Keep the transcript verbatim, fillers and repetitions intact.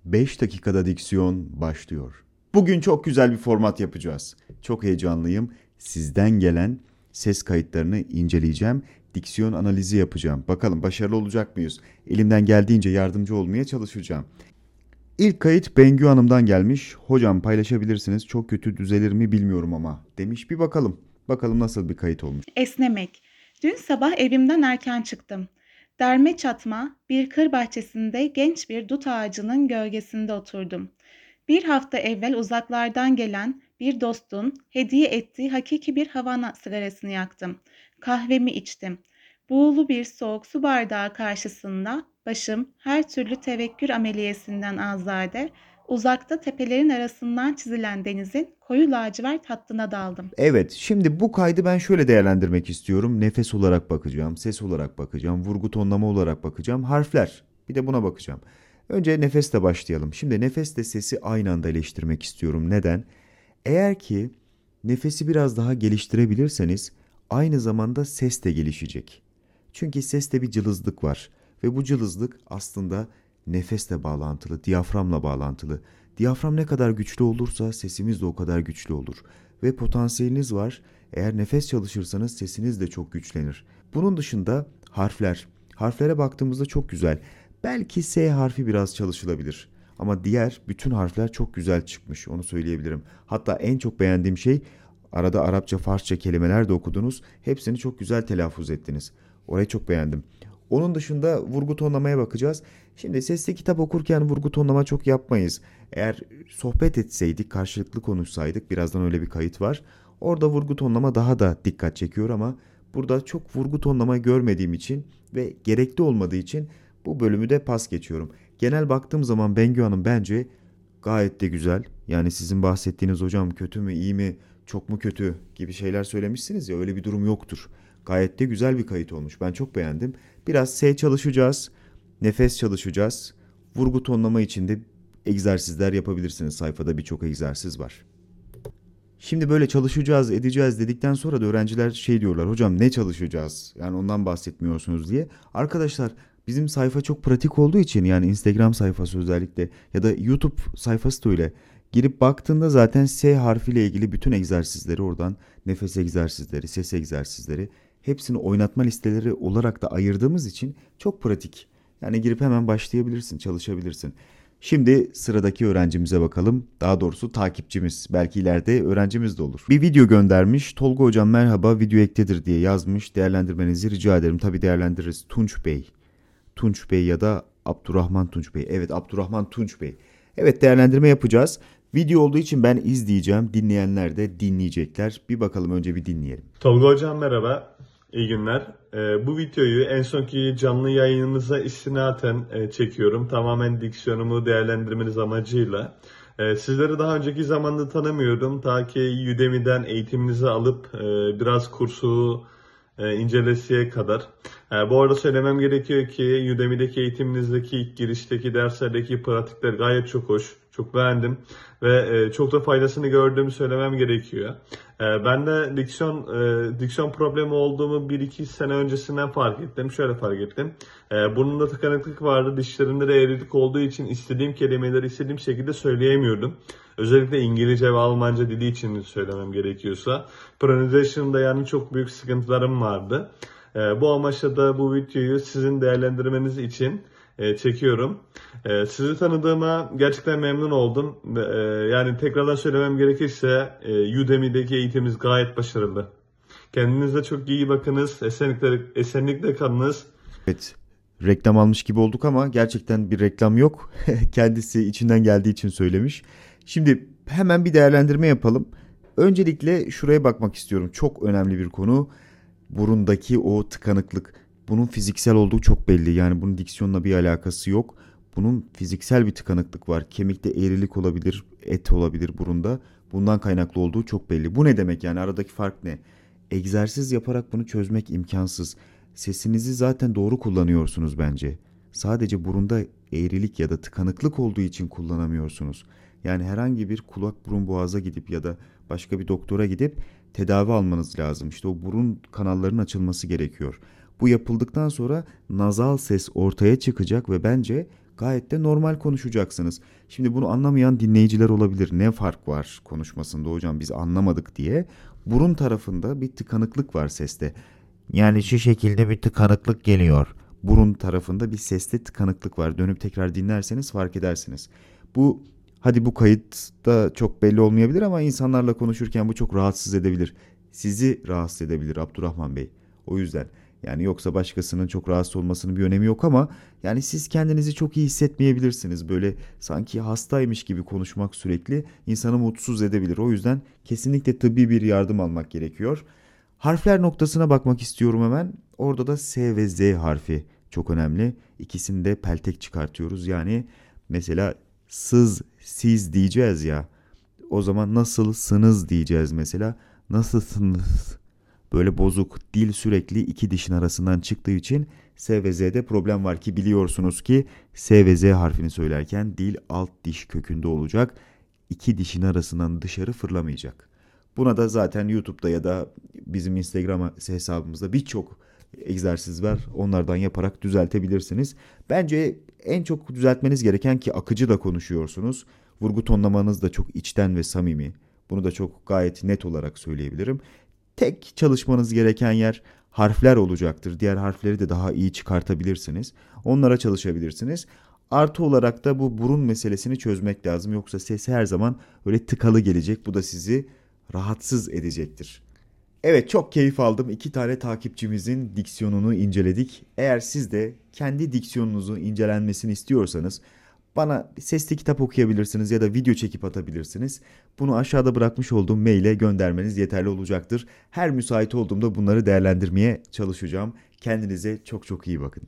beş dakikada diksiyon başlıyor. Bugün çok güzel bir format yapacağız. Çok heyecanlıyım. Sizden gelen ses kayıtlarını inceleyeceğim. Diksiyon analizi yapacağım. Bakalım başarılı olacak mıyız? Elimden geldiğince yardımcı olmaya çalışacağım. İlk kayıt Bengü Hanım'dan gelmiş. Hocam paylaşabilirsiniz. Çok kötü düzelir mi bilmiyorum ama demiş. Bir bakalım. Bakalım nasıl bir kayıt olmuş. Esnemek. Dün sabah evimden erken çıktım. Derme çatma bir kır bahçesinde genç bir dut ağacının gölgesinde oturdum. Bir hafta evvel uzaklardan gelen bir dostun hediye ettiği hakiki bir Havana sigarasını yaktım. Kahvemi içtim. Buğulu bir soğuk su bardağı karşısında başım her türlü tevekkül ameliyesinden azade, uzakta tepelerin arasından çizilen denizin koyu lacivert hattına daldım. Evet, şimdi bu kaydı ben şöyle değerlendirmek istiyorum. Nefes olarak bakacağım, ses olarak bakacağım, vurgu tonlama olarak bakacağım, harfler. Bir de buna bakacağım. Önce nefesle başlayalım. Şimdi nefesle sesi aynı anda eleştirmek istiyorum. Neden? Eğer ki nefesi biraz daha geliştirebilirseniz aynı zamanda ses de gelişecek. Çünkü seste bir cılızlık var ve bu cılızlık aslında nefesle bağlantılı, diyaframla bağlantılı. Diyafram ne kadar güçlü olursa sesimiz de o kadar güçlü olur. Ve potansiyeliniz var. Eğer nefes çalışırsanız sesiniz de çok güçlenir. Bunun dışında harfler. Harflere baktığımızda çok güzel. Belki S harfi biraz çalışılabilir. Ama diğer bütün harfler çok güzel çıkmış, onu söyleyebilirim. Hatta en çok beğendiğim şey, arada Arapça, Farsça kelimeler de okudunuz. Hepsini çok güzel telaffuz ettiniz. Orayı çok beğendim. Onun dışında vurgu tonlamaya bakacağız. Şimdi sesli kitap okurken vurgu tonlama çok yapmayız. Eğer sohbet etseydik, karşılıklı konuşsaydık, birazdan öyle bir kayıt var. Orada vurgu tonlama daha da dikkat çekiyor ama burada çok vurgu tonlama görmediğim için ve gerekli olmadığı için bu bölümü de pas geçiyorum. Genel baktığım zaman Bengü Hanım bence gayet de güzel. Yani sizin bahsettiğiniz hocam kötü mü, iyi mi, çok mu kötü gibi şeyler söylemişsiniz ya, öyle bir durum yoktur. Gayet de güzel bir kayıt olmuş. Ben çok beğendim. Biraz S çalışacağız. Nefes çalışacağız. Vurgu tonlama için de egzersizler yapabilirsiniz. Sayfada birçok egzersiz var. Şimdi böyle çalışacağız, edeceğiz dedikten sonra da öğrenciler şey diyorlar. Hocam ne çalışacağız? Yani ondan bahsetmiyorsunuz diye. Arkadaşlar bizim sayfa çok pratik olduğu için, yani Instagram sayfası özellikle ya da YouTube sayfası da öyle. Girip baktığında zaten S harfiyle ilgili bütün egzersizleri oradan, nefes egzersizleri, ses egzersizleri, hepsini oynatma listeleri olarak da ayırdığımız için çok pratik. Yani girip hemen başlayabilirsin, çalışabilirsin. Şimdi sıradaki öğrencimize bakalım. Daha doğrusu takipçimiz. Belki ileride öğrencimiz de olur. Bir video göndermiş. Tolga hocam merhaba, video ektedir diye yazmış. Değerlendirmenizi rica ederim. Tabii değerlendiririz. Tunç Bey. Tunç Bey ya da Abdurrahman Tunç Bey. Evet, Abdurrahman Tunç Bey. Evet, değerlendirme yapacağız. Video olduğu için ben izleyeceğim. Dinleyenler de dinleyecekler. Bir bakalım, önce bir dinleyelim. Tolga Hocam merhaba, iyi günler. Ee, bu videoyu en sonki canlı yayınımıza istinaten e, çekiyorum. Tamamen diksiyonumu değerlendirmeniz amacıyla. Ee, sizleri daha önceki zamanda tanımıyordum. Ta ki Udemy'den eğitiminizi alıp e, biraz kursu e, incelesiye kadar. E, bu arada söylemem gerekiyor ki Udemy'deki eğitiminizdeki ilk girişteki derslerdeki pratikler gayet çok hoş. Çok beğendim ve e, çok da faydasını gördüğümü söylemem gerekiyor. E, ben de diksiyon e, diksiyon problemi olduğumu bir iki sene öncesinden fark ettim. Şöyle fark ettim. E, burnumda tıkanıklık vardı. Dişlerimde de eğrilik olduğu için istediğim kelimeleri istediğim şekilde söyleyemiyordum. Özellikle İngilizce ve Almanca dili için söylemem gerekiyorsa. Pronunciation'da yani çok büyük sıkıntılarım vardı. E, bu amaçla da bu videoyu sizin değerlendirmeniz için e, çekiyorum. E, sizi tanıdığıma gerçekten memnun oldum. E, yani tekrardan söylemem gerekirse e, Udemy'deki eğitimimiz gayet başarılı. Kendinize çok iyi bakınız. Esenlikle, esenlikle kalınız. Evet, reklam almış gibi olduk ama gerçekten bir reklam yok. Kendisi içinden geldiği için söylemiş. Şimdi hemen bir değerlendirme yapalım. Öncelikle şuraya bakmak istiyorum. Çok önemli bir konu. Burundaki o tıkanıklık. Bunun fiziksel olduğu çok belli. Yani bunun diksiyonla bir alakası yok. Bunun fiziksel bir tıkanıklık var. Kemikte eğrilik olabilir, et olabilir burunda. Bundan kaynaklı olduğu çok belli. Bu ne demek yani? Aradaki fark ne? Egzersiz yaparak bunu çözmek imkansız. Sesinizi zaten doğru kullanıyorsunuz bence. Sadece burunda eğrilik ya da tıkanıklık olduğu için kullanamıyorsunuz. Yani herhangi bir kulak burun boğaza gidip ya da başka bir doktora gidip tedavi almanız lazım. İşte o burun kanallarının açılması gerekiyor. Bu yapıldıktan sonra nazal ses ortaya çıkacak ve bence Gayet de normal konuşacaksınız. Şimdi bunu anlamayan dinleyiciler olabilir. Ne fark var konuşmasında hocam biz anlamadık diye. Burun tarafında bir tıkanıklık var seste. Yani şu şekilde bir tıkanıklık geliyor. Burun tarafında bir seste tıkanıklık var. Dönüp tekrar dinlerseniz fark edersiniz. Bu hadi bu kayıtta çok belli olmayabilir ama insanlarla konuşurken bu çok rahatsız edebilir. Sizi rahatsız edebilir Abdurrahman Bey. O yüzden yani yoksa başkasının çok rahatsız olmasının bir önemi yok ama yani siz kendinizi çok iyi hissetmeyebilirsiniz. Böyle sanki hastaymış gibi konuşmak sürekli insanı mutsuz edebilir. O yüzden kesinlikle tıbbi bir yardım almak gerekiyor. Harfler noktasına bakmak istiyorum hemen. Orada da S ve Z harfi çok önemli. İkisini de peltek çıkartıyoruz. Yani mesela sız, siz diyeceğiz ya. O zaman nasılsınız diyeceğiz mesela. Nasılsınız? Böyle bozuk dil sürekli iki dişin arasından çıktığı için S ve Z'de problem var ki biliyorsunuz ki S ve Z harfini söylerken dil alt diş kökünde olacak. İki dişin arasından dışarı fırlamayacak. Buna da zaten YouTube'da ya da bizim Instagram hesabımızda birçok egzersiz var. Onlardan yaparak düzeltebilirsiniz. Bence en çok düzeltmeniz gereken ki akıcı da konuşuyorsunuz. Vurgu tonlamanız da çok içten ve samimi. Bunu da çok gayet net olarak söyleyebilirim. Tek çalışmanız gereken yer harfler olacaktır. Diğer harfleri de daha iyi çıkartabilirsiniz. Onlara çalışabilirsiniz. Artı olarak da bu burun meselesini çözmek lazım. Yoksa sesi her zaman öyle tıkalı gelecek. Bu da sizi rahatsız edecektir. Evet çok keyif aldım. İki tane takipçimizin diksiyonunu inceledik. Eğer siz de kendi diksiyonunuzu incelenmesini istiyorsanız bana sesli kitap okuyabilirsiniz ya da video çekip atabilirsiniz. Bunu aşağıda bırakmış olduğum maile göndermeniz yeterli olacaktır. Her müsait olduğumda bunları değerlendirmeye çalışacağım. Kendinize çok çok iyi bakın.